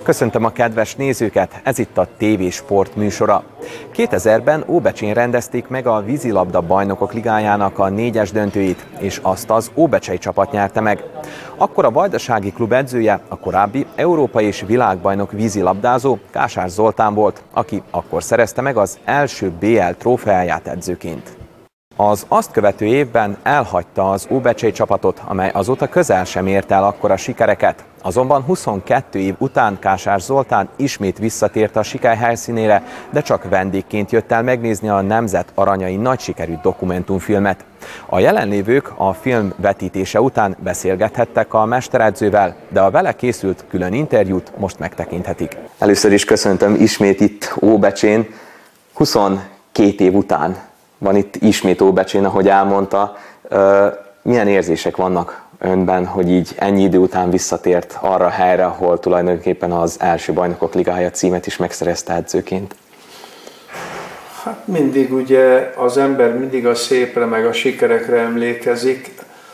Köszöntöm a kedves nézőket, ez itt a TV Sport műsora. 2000-ben Óbecsén rendezték meg a vízilabda bajnokok ligájának a 4-es döntőit, és azt az óbecsei csapat nyerte meg. Akkor a vajdasági klub edzője a korábbi európai és világbajnok vízilabdázó Kásás Zoltán volt, aki akkor szerezte meg az első BL trófeáját edzőként. Az azt követő évben elhagyta az óbecsei csapatot, amely azóta közel sem ért el akkora sikereket. Azonban 22 év után Kásás Zoltán ismét visszatért a siker helyszínére, de csak vendégként jött el megnézni a Nemzet Aranyai nagy sikerű dokumentumfilmet. A jelenlévők a film vetítése után beszélgethettek a mesteredzővel, de a vele készült külön interjút most megtekinthetik. Először is köszöntöm ismét itt Óbecsén, 22 év után van itt ismét Óbecsén, ahogy elmondta. Milyen érzések vannak önben, hogy így ennyi idő után visszatért arra a helyre, ahol tulajdonképpen az első bajnokok ligája címet is megszerezte edzőként? Hát mindig ugye az ember mindig a szépre meg a sikerekre emlékezik.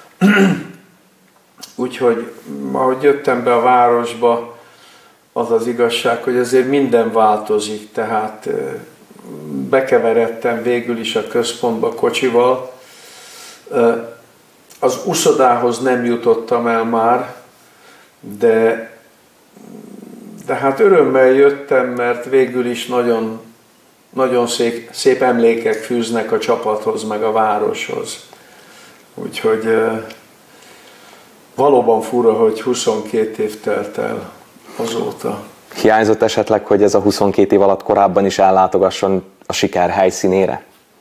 Úgyhogy ahogy jöttem be a városba, az az igazság, hogy azért minden változik, tehát bekeveredtem végül is a központba kocsival. Az uszodához nem jutottam el már, de hát örömmel jöttem, mert végül is nagyon szép emlékek fűznek a csapathoz, meg a városhoz. Úgyhogy valóban fura, hogy 22 év telt el azóta. Hiányzott esetleg, hogy ez a 22 év alatt korábban is ellátogasson a siker helyszínére?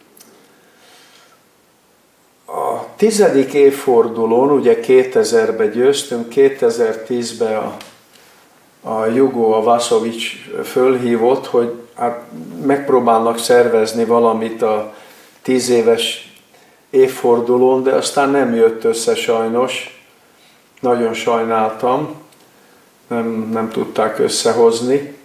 A 10. évfordulón, ugye 2000-ben győztünk, 2010-ben a Jugo, a Vasovics fölhívott, hogy hát megpróbálnak szervezni valamit a 10 éves évfordulón, de aztán nem jött össze sajnos. Nagyon sajnáltam, nem tudták összehozni,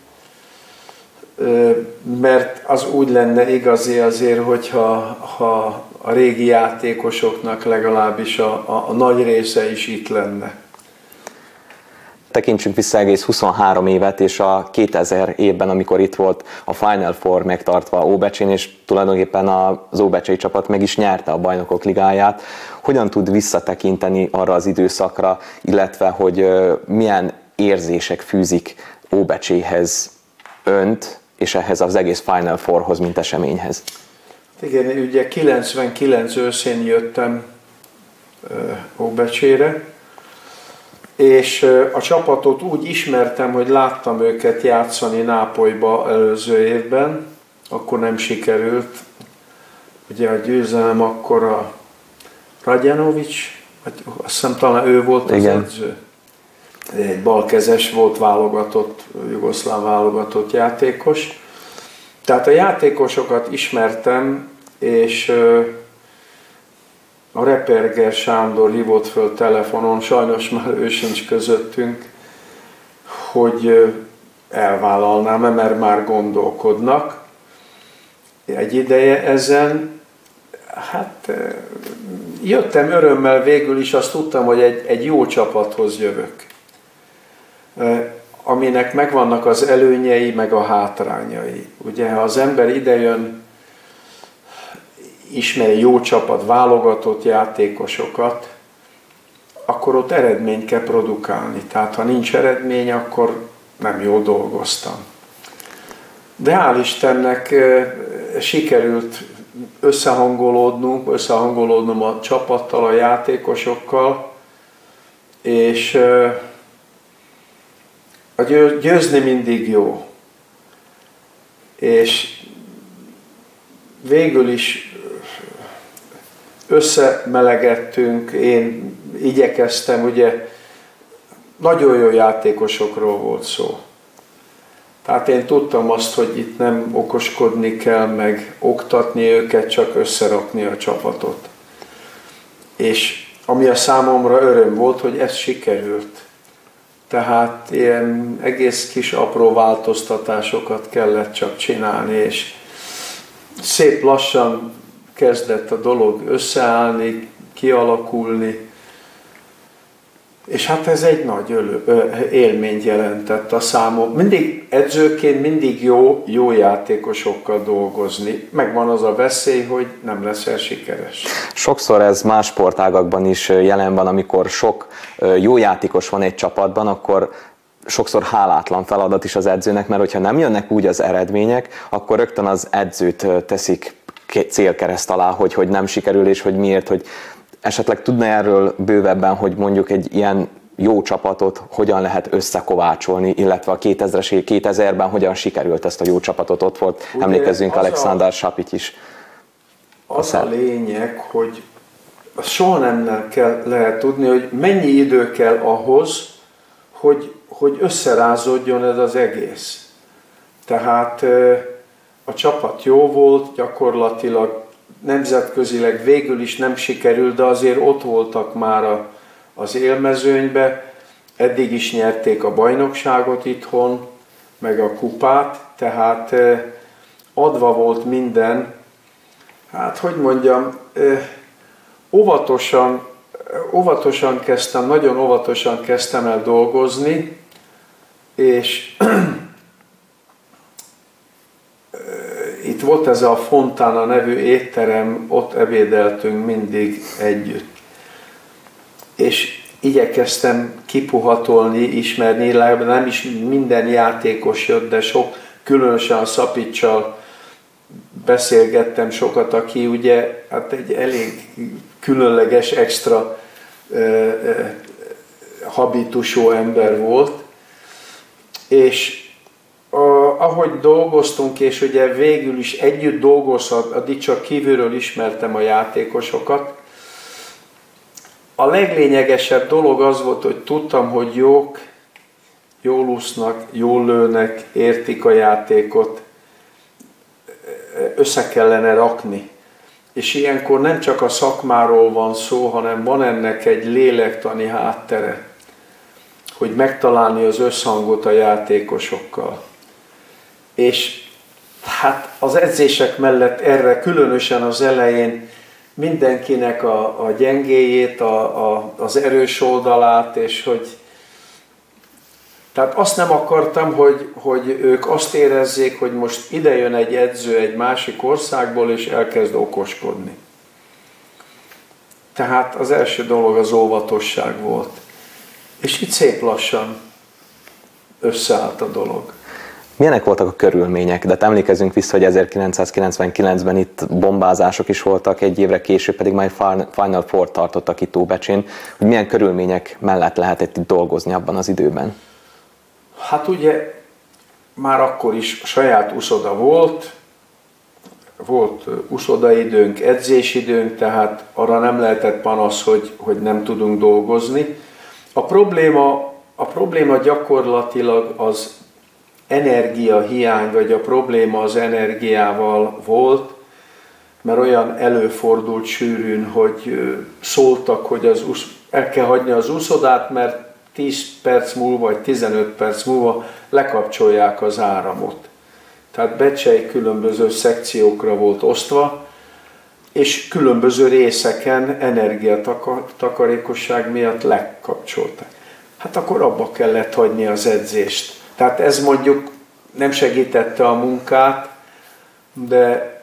mert az úgy lenne igazi azért, hogyha a régi játékosoknak legalábbis a nagy része is itt lenne. Tekintsünk vissza egész 23 évet, és a 2000 évben, amikor itt volt a Final Four megtartva Óbecsén, és tulajdonképpen az óbecsei csapat meg is nyerte a bajnokok ligáját. Hogyan tud visszatekinteni arra az időszakra, illetve hogy milyen érzések fűzik Óbecséhez önt, és ehhez az egész Final Fourhoz, mint eseményhez? Igen, ugye 99 őszén jöttem Óbecsére, és a csapatot úgy ismertem, hogy láttam őket játszani Nápolyba előző évben, akkor nem sikerült. Ugye a győzelem akkor a Radjanovics, vagy azt hiszem talán ő volt az edző. Egy balkezes volt válogatott, jugoszláv válogatott játékos. Tehát a játékosokat ismertem, és a Reperger Sándor hívott föl telefonon, sajnos már ő sincs közöttünk, hogy elvállalnám, mert már gondolkodnak egy ideje ezen. Hát jöttem örömmel végül is, azt tudtam, hogy egy jó csapathoz jövök, aminek megvannak az előnyei, meg a hátrányai. Ugye, ha az ember idejön, ismeri jó csapat, válogatott játékosokat, akkor ott eredményt kell produkálni. Tehát ha nincs eredmény, akkor nem jól dolgoztam. De hál' Istennek sikerült összehangolódnom a csapattal, a játékosokkal, és a győzni mindig jó. És végül is összemelegettünk, én igyekeztem, ugye nagyon jó játékosokról volt szó. Tehát én tudtam azt, hogy itt nem okoskodni kell, meg oktatni őket, csak összerakni a csapatot. És ami a számomra öröm volt, hogy ez sikerült. Tehát ilyen egész kis apró változtatásokat kellett csak csinálni, és szép lassan kezdett a dolog összeállni, kialakulni, És hát ez egy nagy élményt jelentett a számom. Mindig edzőként mindig jó játékosokkal dolgozni. Megvan az a veszély, hogy nem leszel sikeres. Sokszor ez más sportágakban is jelen van, amikor sok jó játékos van egy csapatban, akkor sokszor hálátlan feladat is az edzőnek, mert hogyha nem jönnek úgy az eredmények, akkor rögtön az edzőt teszik célkereszt alá, hogy nem sikerül, és hogy miért, hogy esetleg tudna erről bővebben, hogy mondjuk egy ilyen jó csapatot hogyan lehet összekovácsolni, illetve a 2000-ben hogyan sikerült ezt a jó csapatot, ott volt, ugye, emlékezzünk Alexander Sapic is. Az a lényeg, hogy soha nem lehet tudni, hogy mennyi idő kell ahhoz, hogy összerázódjon ez az egész. Tehát a csapat jó volt, gyakorlatilag nemzetközileg végül is nem sikerült, de azért ott voltak már az élmezőnybe, eddig is nyerték a bajnokságot itthon, meg a kupát, tehát adva volt minden. Hát, hogy mondjam, óvatosan kezdtem, nagyon óvatosan kezdtem el dolgozni, és itt volt ez a Fontana nevű étterem, ott ebédeltünk mindig együtt. És igyekeztem kipuhatolni, ismerni, nem is minden játékos jött, de sok, különösen a Sapicsal beszélgettem sokat, aki ugye hát egy elég különleges, extra habitusú ember volt. És ahogy dolgoztunk, és ugye végül is együtt dolgozhat, addig csak kívülről ismertem a játékosokat. A leglényegesebb dolog az volt, hogy tudtam, hogy jók, jól úsznak, jól lőnek, értik a játékot, össze kellene rakni. És ilyenkor nem csak a szakmáról van szó, hanem van ennek egy lélektani háttere, hogy megtalálni az összhangot a játékosokkal. És hát az edzések mellett erre különösen az elején mindenkinek a gyengéjét, az erős oldalát, és hogy tehát azt nem akartam, hogy ők azt érezzék, hogy most ide jön egy edző egy másik országból, és elkezd okoskodni. Tehát az első dolog az óvatosság volt. És itt szép lassan összeállt a dolog. Milyenek voltak a körülmények? De emlékezzünk vissza, hogy 1999-ben itt bombázások is voltak, egy évre később pedig majd Final Four tartottak itt Óbecsén. Hogy milyen körülmények mellett lehetett itt dolgozni abban az időben? Hát ugye már akkor is saját uszoda volt uszodaidőnk, edzésidőnk, tehát arra nem lehetett panasz, hogy nem tudunk dolgozni. A probléma gyakorlatilag az energiahiány, vagy a probléma az energiával volt, mert olyan előfordult sűrűn, hogy szóltak, hogy el kell hagyni az úszodát, mert 10 perc múlva, vagy 15 perc múlva lekapcsolják az áramot. Tehát Becsei különböző szekciókra volt osztva, és különböző részeken energiatakarékosság miatt lekapcsolták. Hát akkor abba kellett hagyni az edzést. Tehát ez mondjuk nem segítette a munkát, de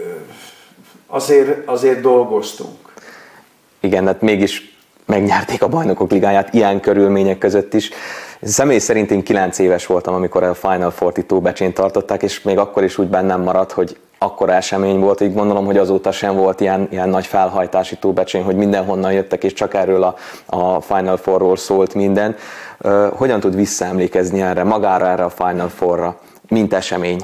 azért dolgoztunk. Igen, hát mégis megnyerték a Bajnokok Ligáját ilyen körülmények között is. Személy szerint én 9 éves voltam, amikor a Final Four-t itt Óbecsén tartották, és még akkor is úgy bennem maradt, hogy akkora esemény volt, így gondolom, hogy azóta sem volt ilyen nagy felhajtás itt Óbecsén, hogy mindenhonnan jöttek, és csak erről a Final Four-ról szólt minden. Hogyan tud visszaemlékezni magára erre a Final Four-ra, mint esemény?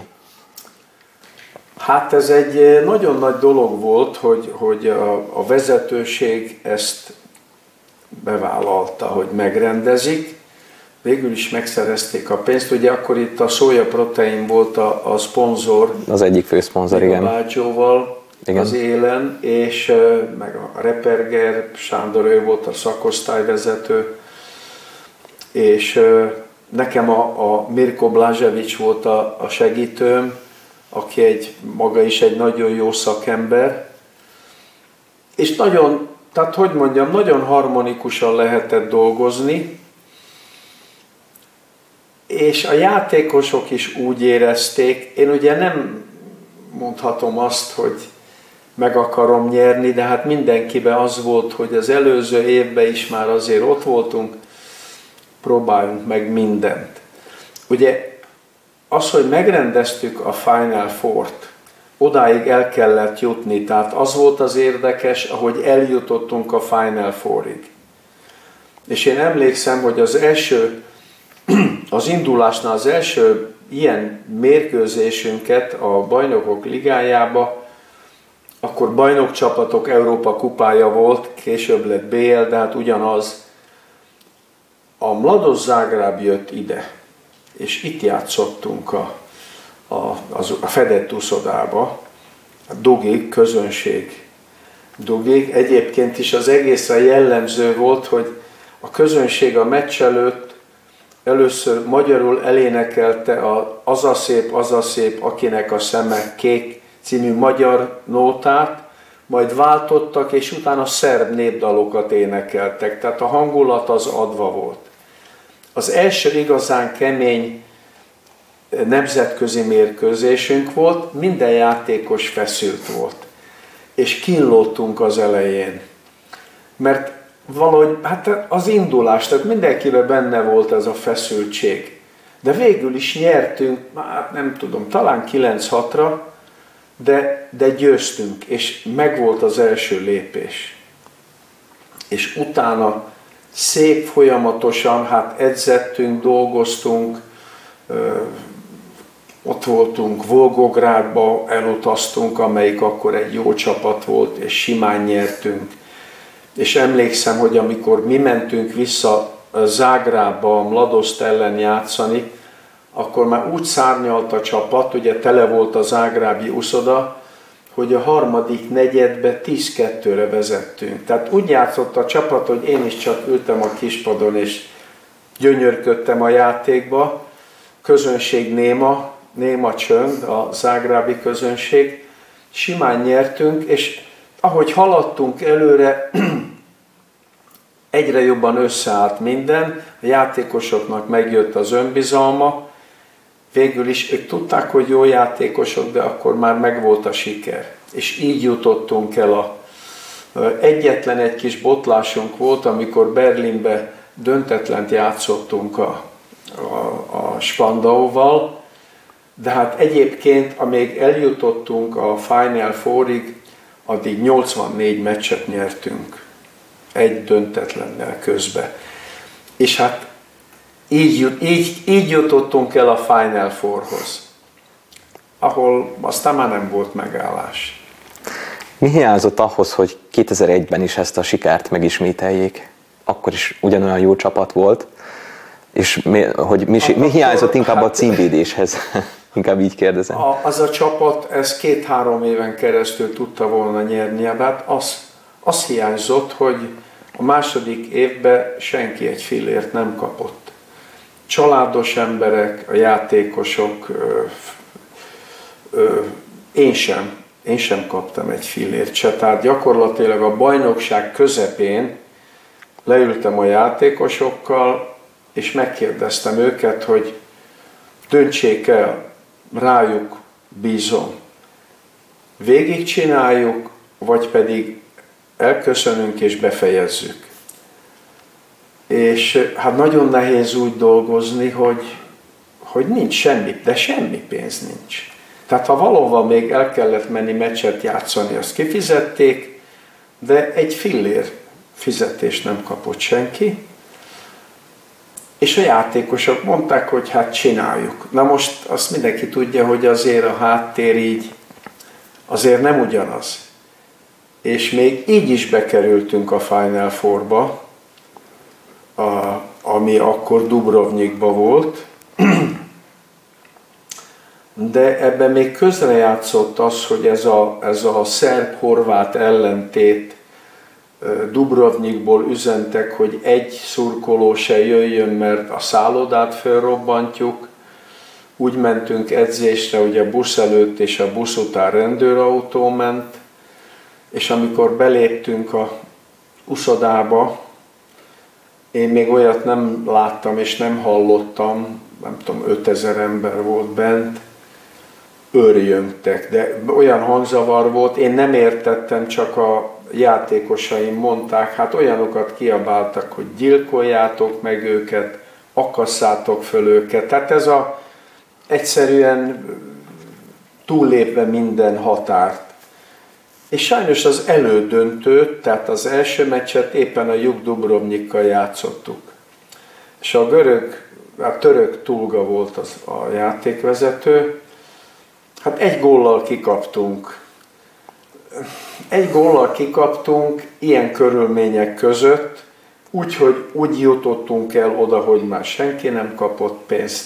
Hát ez egy nagyon nagy dolog volt, hogy a vezetőség ezt bevállalta, hogy megrendezik. Végül is megszerezték a pénzt. Ugye akkor itt a Soja Protein volt a szponzor. Az egyik fő szponzor, igen. A Bácsóval az élen, és meg a Reperger, Sándor, ő volt a szakosztályvezető, és nekem a Mirko Blažević volt a segítőm, aki maga is egy nagyon jó szakember, és nagyon tehát hogy mondjam, nagyon harmonikusan lehetett dolgozni, és a játékosok is úgy érezték, én ugye nem mondhatom azt, hogy meg akarom nyerni, de hát mindenkiben az volt, hogy az előző évben is már azért ott voltunk, próbáljunk meg mindent. Ugye az, hogy megrendeztük a Final Four-t, odáig el kellett jutni, tehát az volt az érdekes, ahogy eljutottunk a Final Four-ig. És én emlékszem, hogy az indulásnál az első ilyen mérkőzésünket a Bajnokok Ligájába, akkor bajnokcsapatok Európa kupája volt, később lett BL, de hát ugyanaz. A Mladost Zágráb jött ide, és itt játszottunk a fedett uszodába, a dugig, közönség dugig. Egyébként is az egészre jellemző volt, hogy a közönség a meccs előtt először magyarul elénekelte az a szép, akinek a szeme kék című magyar nótát, majd váltottak, és utána szerb népdalokat énekeltek. Tehát a hangulat az adva volt. Az első igazán kemény nemzetközi mérkőzésünk volt, minden játékos feszült volt. És kínlódtunk az elején. Mert valahogy, hát az indulás, tehát mindenkiben benne volt ez a feszültség. De végül is nyertünk, hát nem tudom, talán 9-6-ra, de győztünk, és megvolt az első lépés. És utána szép folyamatosan, hát edzettünk, dolgoztunk, ott voltunk Volgográdba, elutaztunk, amelyik akkor egy jó csapat volt, és simán nyertünk. És emlékszem, hogy amikor mi mentünk vissza Zágrábba a Mladost ellen játszani, akkor már úgy szárnyalt a csapat, ugye tele volt a zágrábi uszoda, hogy a harmadik negyedbe 10-2-re vezettünk. Tehát úgy játszott a csapat, hogy én is csak ültem a kispadon és gyönyörködtem a játékba. Közönség néma csönd, a zágrábi közönség. Simán nyertünk, és ahogy haladtunk előre, egyre jobban összeállt minden, a játékosoknak megjött az önbizalma, végül is ők tudták, hogy jó játékosok, de akkor már megvolt a siker. És így jutottunk el egyetlen egy kis botlásunk volt, amikor Berlinbe döntetlent játszottunk a Spandauval, de hát egyébként, amíg eljutottunk a Final Four-ig, addig 84 meccset nyertünk. Egy döntetlennel közbe. És hát így jutottunk el a Final Fourhoz, ahol aztán már nem volt megállás. Mi hiányzott ahhoz, hogy 2001-ben is ezt a sikert megismételjék? Akkor is ugyanolyan jó csapat volt, és mi hiányzott inkább a címvédéshez? Inkább így kérdezem. Az a csapat, ez 2-3 éven keresztül tudta volna nyerni, hát az hiányzott, hogy a második évben senki egy fillért nem kapott. Családos emberek, a játékosok, én sem kaptam egy fillért se. Tehát gyakorlatilag a bajnokság közepén leültem a játékosokkal, és megkérdeztem őket, hogy döntsék el, rájuk bízom. Végigcsináljuk, vagy pedig elköszönünk és befejezzük. És hát nagyon nehéz úgy dolgozni, hogy nincs semmi, de semmi pénz nincs. Tehát ha valóban még el kellett menni meccset játszani, azt kifizették, de egy fillér fizetést nem kapott senki. És a játékosok mondták, hogy hát csináljuk. Na most azt mindenki tudja, hogy azért a háttér így azért nem ugyanaz. És még így is bekerültünk a Final Fourba, ami akkor Dubrovnikban volt, de ebben még közrejátszott az, hogy ez a szerb-horvát ellentét, Dubrovnikból üzentek, hogy egy szurkoló se jöjjön, mert a szállodát felrobbantjuk. Úgy mentünk edzésre, hogy a busz előtt és a busz után rendőrautó ment, és amikor beléptünk a uszodába. Én még olyat nem láttam és nem hallottam, nem tudom, 5000 ember volt bent, őrjöngtek, de olyan hangzavar volt, én nem értettem, csak a játékosaim mondták, hát olyanokat kiabáltak, hogy gyilkoljátok meg őket, akasszátok föl őket. Tehát ez egyszerűen túllépve minden határt. És sajnos az elődöntőt, tehát az első meccset éppen a Juk Dubrovnikkal játszottuk. És a török Tulga volt a játékvezető. Hát egy góllal kikaptunk. Ilyen körülmények között, úgyhogy úgy jutottunk el oda, hogy már senki nem kapott pénzt.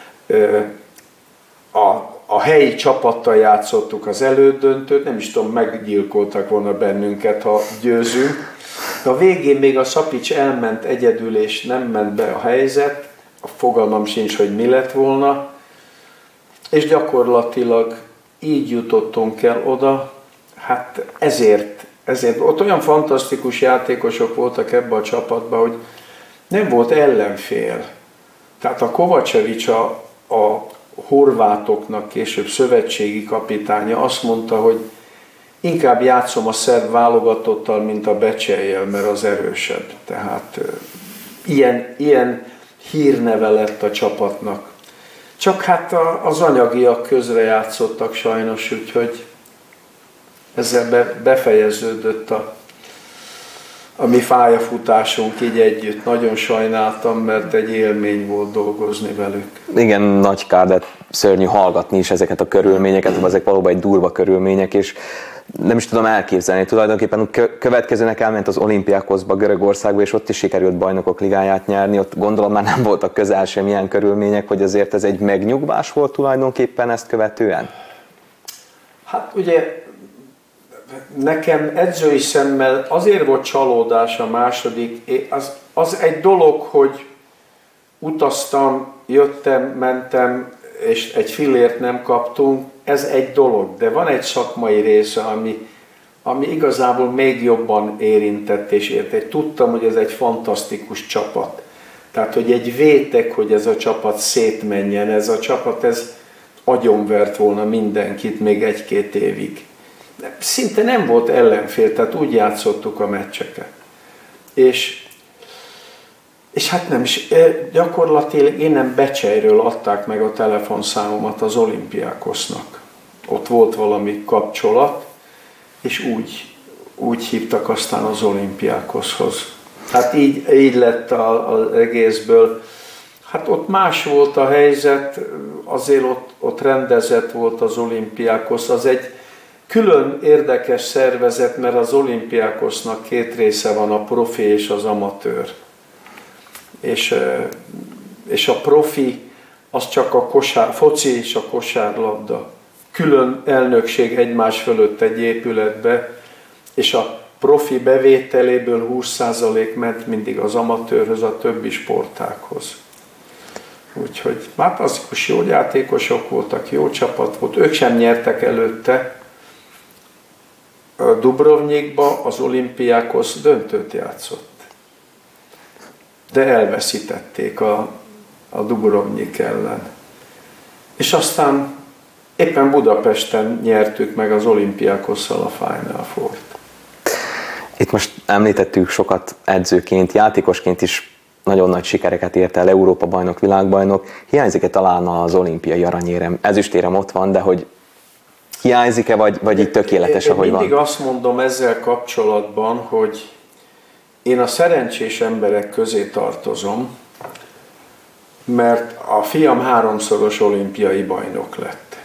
A helyi csapattal játszottuk az elődöntőt, nem is tudom, meggyilkoltak volna bennünket, ha győzünk. De a végén még a Szapics elment egyedül, és nem ment be a helyzet, a fogalmam sincs, hogy mi lett volna, és gyakorlatilag így jutottunk el oda, hát ezért ott olyan fantasztikus játékosok voltak ebben a csapatban, hogy nem volt ellenfél. Tehát a Kovacevic, a horvátoknak később szövetségi kapitánya azt mondta, hogy inkább játszom a szerb válogatottal, mint a Becseljel, mert az erősebb. Tehát ilyen hírneve lett a csapatnak. Csak hát az anyagiak közrejátszottak sajnos, úgyhogy ezzel befejeződött a mi pályafutásunk így együtt. Nagyon sajnáltam, mert egy élmény volt dolgozni velük. Igen, nagy kár, de szörnyű hallgatni is ezeket a körülményeket, ezek valóban egy durva körülmények, és nem is tudom elképzelni. Tulajdonképpen következőnek elment az Olympiakosba, Görögországba, és ott is sikerült Bajnokok Ligáját nyerni. Ott gondolom már nem voltak közel sem ilyen körülmények, hogy azért ez egy megnyugvás volt tulajdonképpen ezt követően? Hát ugye nekem edzői szemmel azért volt csalódás a második, az egy dolog, hogy utaztam, jöttem, mentem, és egy fillért nem kaptunk, ez egy dolog, de van egy szakmai része, ami igazából még jobban érintett és értett. Tudtam, hogy ez egy fantasztikus csapat. Tehát, hogy egy vétek, hogy ez a csapat szétmenjen, ez a csapat, ez agyonvert volna mindenkit még 1-2 évig. Szinte nem volt ellenfél, tehát úgy játszottuk a meccseket. És hát nem is, gyakorlatilag innen Becsejről adták meg a telefonszámomat az Olympiakosnak. Ott volt valami kapcsolat, és úgy hívtak aztán az Olympiakoshoz. Hát így lett az egészből. Hát ott más volt a helyzet, azért ott rendezett volt az Olympiakos. Az egy külön érdekes szervezet, mert az Olympiakosnak 2 része van, a profi és az amatőr. És a profi az csak a foci és a kosárlabda. Külön elnökség egymás fölött egy épületbe, és a profi bevételéből 20% ment mindig az amatőrhöz, a többi sportághoz. Úgyhogy fantasztikus jó játékosok voltak, jó csapat volt, ők sem nyertek előtte. Dubrovnikba az Olympiakos döntőt játszott. De elveszítették a Dubrovnik ellen. És aztán éppen Budapesten nyertük meg az Olympiakosszal a Final Fourt. Itt most említettük sokat edzőként, játékosként is nagyon nagy sikereket ért el, Európa-bajnok, világbajnok. Hiányzik-e talán az olimpiai aranyérem? Ezüstérem ott van, de hogy hiányzik-e, vagy így tökéletes, ahogy van? Mindig azt mondom ezzel kapcsolatban, hogy én a szerencsés emberek közé tartozom, mert a fiam 3-szoros olimpiai bajnok lett.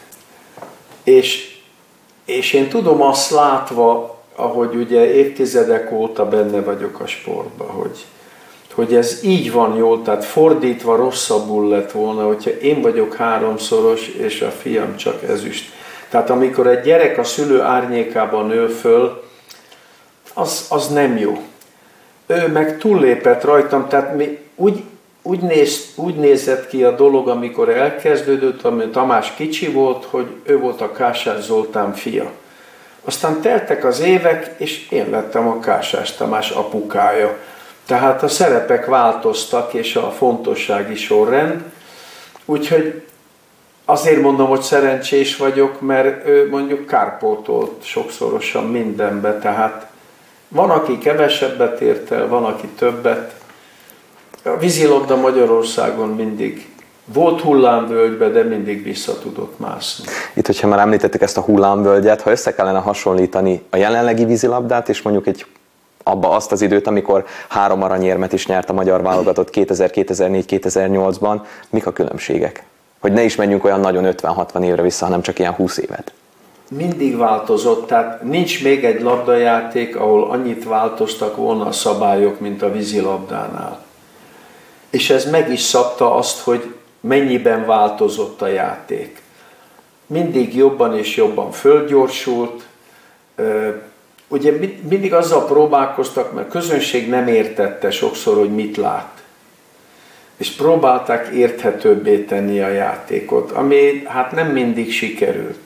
És én tudom azt látva, ahogy ugye évtizedek óta benne vagyok a sportban, hogy ez így van jól, tehát fordítva rosszabbul lett volna, hogyha én vagyok 3-szoros, és a fiam csak ezüst. Tehát amikor egy gyerek a szülő árnyékában nő föl, az nem jó. Ő meg túllépett rajtam, tehát úgy nézett ki a dolog, amikor elkezdődött, amikor Tamás kicsi volt, hogy ő volt a Kásás Zoltán fia. Aztán teltek az évek, és én lettem a Kásás Tamás apukája. Tehát a szerepek változtak, és a fontossági sorrend. Úgyhogy azért mondom, hogy szerencsés vagyok, mert ő mondjuk kárpótolt sokszorosan mindenbe. Tehát van, aki kevesebbet ért el, van, aki többet. A vízilabda Magyarországon mindig volt hullámvölgybe, de mindig vissza tudott mászni. Itt, hogyha már említettük ezt a hullámvölgyet, ha össze kellene hasonlítani a jelenlegi vízilabdát, és mondjuk abba azt az időt, amikor 3 aranyérmet is nyert a magyar válogatott 2000, 2004, 2008-ban, mik a különbségek? Hogy ne is menjünk olyan nagyon 50-60 évre vissza, hanem csak ilyen 20 évet. Mindig változott, tehát nincs még egy labdajáték, ahol annyit változtak volna a szabályok, mint a vízilabdánál. És ez meg is szabta azt, hogy mennyiben változott a játék. Mindig jobban és jobban fölgyorsult. Ugye mindig azzal próbálkoztak, mert a közönség nem értette sokszor, hogy mit lát. És próbálták érthetőbbé tenni a játékot, ami hát nem mindig sikerült.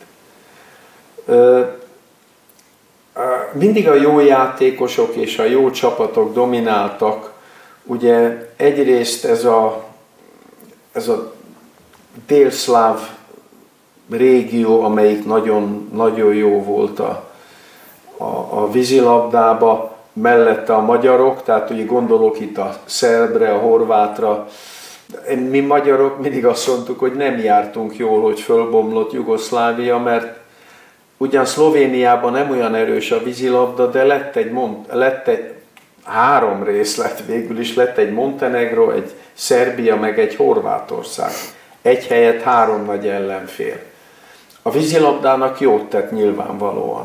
Mindig a jó játékosok és a jó csapatok domináltak. Ugye egyrészt ez a délszláv régió, amelyik nagyon, nagyon jó volt a vízilabdába, mellette a magyarok, tehát ugye gondolok itt a szerbre, a horvátra. Mi magyarok mindig azt mondtuk, hogy nem jártunk jól, hogy fölbomlott Jugoszlávia, mert ugyan Szlovéniában nem olyan erős a vízilabda, de lett egy 3 részlet végül is, lett egy Montenegro, egy Szerbia, meg egy Horvátország. Egy helyett 3 nagy ellenfél. A vízilabdának jót tett nyilvánvalóan.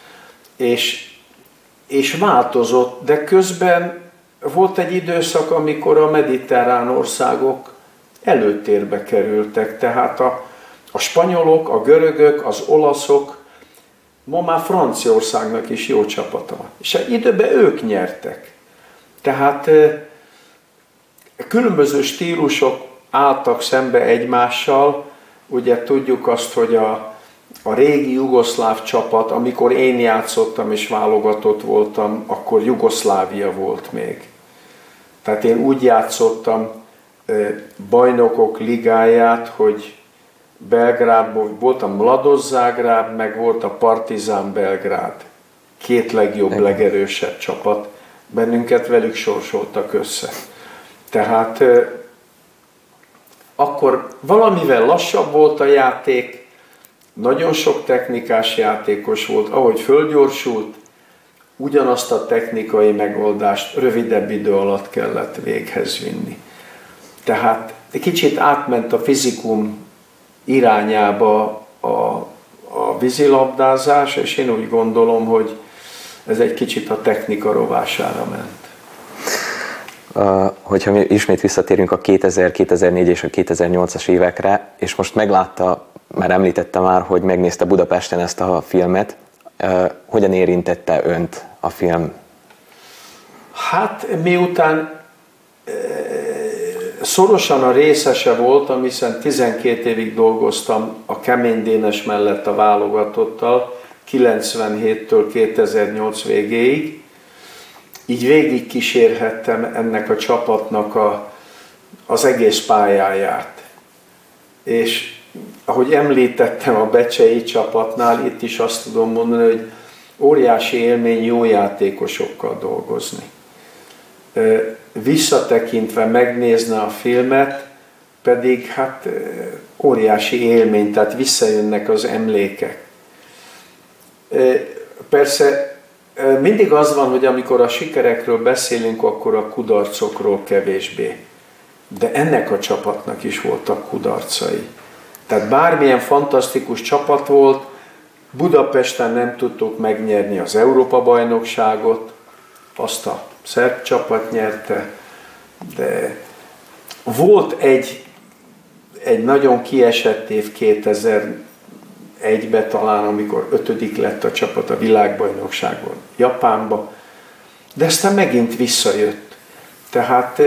És változott, de közben volt egy időszak, amikor a mediterrán országok előtérbe kerültek. Tehát a spanyolok, a görögök, az olaszok, ma már Franciaországnak is jó csapata van. És egy időben ők nyertek. Tehát különböző stílusok álltak szembe egymással. Ugye tudjuk azt, hogy a régi jugoszláv csapat, amikor én játszottam és válogatott voltam, akkor Jugoszlávia volt még. Tehát én úgy játszottam bajnokok ligáját, hogy Belgrádban voltam Mladosz Zágráb, meg volt a Partizán Belgrád. 2 legjobb, legerősebb csapat. Bennünket velük sorsoltak össze. Tehát akkor valamivel lassabb volt a játék, nagyon sok technikás játékos volt, ahogy fölgyorsult, ugyanazt a technikai megoldást rövidebb idő alatt kellett véghez vinni. Tehát egy kicsit átment a fizikum irányába a vízilabdázás, és én úgy gondolom, hogy ez egy kicsit a technika rovására ment. Hogyha mi ismét visszatérünk a 2000, 2004 és a 2008-as évekre, és most meglátta, már említette már, hogy megnézte Budapesten ezt a filmet, hogyan érintette önt a film? Hát miután szorosan a részese voltam, hiszen 12 évig dolgoztam a Kemény Dénes mellett a válogatottal, 97-től 2008 végéig, így végig kísérhettem ennek a csapatnak az egész pályáját. És ahogy említettem a becsei csapatnál, itt is azt tudom mondani, hogy óriási élmény jó játékosokkal dolgozni. Visszatekintve megnézni a filmet, pedig hát óriási élmény, tehát visszajönnek az emlékek. Persze mindig az van, hogy amikor a sikerekről beszélünk, akkor a kudarcokról kevésbé. De ennek a csapatnak is voltak kudarcai. Tehát bármilyen fantasztikus csapat volt, Budapesten nem tudtuk megnyerni az Európa-bajnokságot, azt a szerb csapat nyerte, de volt egy nagyon kiesett év 2001-ben talán, amikor 5. lett a csapat a világbajnokságon Japánba, de aztán megint visszajött. Tehát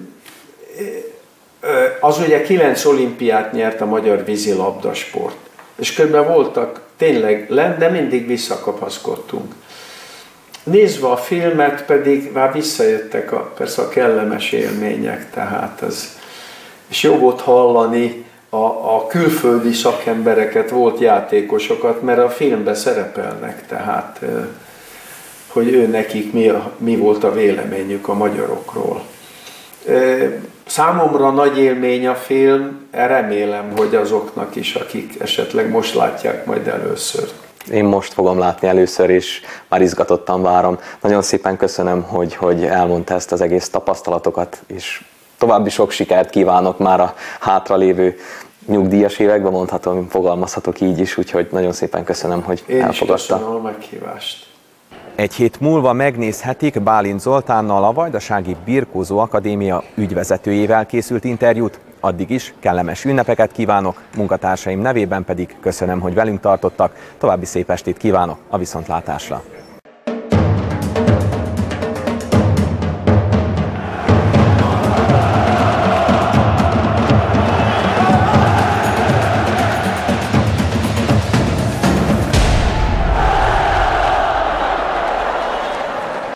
az ugye 9 olimpiát nyert a magyar vízilabdasport. És közben voltak tényleg lent, de mindig visszakapaszkodtunk. Nézve a filmet pedig már visszajöttek persze a kellemes élmények, tehát és jó volt hallani a külföldi szakembereket, volt játékosokat, mert a filmben szerepelnek, tehát hogy ő nekik mi volt a véleményük a magyarokról. Számomra nagy élmény a film, remélem, hogy azoknak is, akik esetleg most látják majd először. Én most fogom látni először, és már izgatottan várom. Nagyon szépen köszönöm, hogy elmondta ezt az egész tapasztalatokat, és további sok sikert kívánok már a hátralévő nyugdíjas években, mondhatom, fogalmazhatok így is, úgyhogy nagyon szépen köszönöm, hogy elfogadta. Én is köszönöm a meghívást. Egy hét múlva megnézhetik Bálint Zoltánnal a Vajdasági Birkózó Akadémia ügyvezetőjével készült interjút. Addig is kellemes ünnepeket kívánok, munkatársaim nevében pedig köszönöm, hogy velünk tartottak. További szép estét kívánok, a viszontlátásra!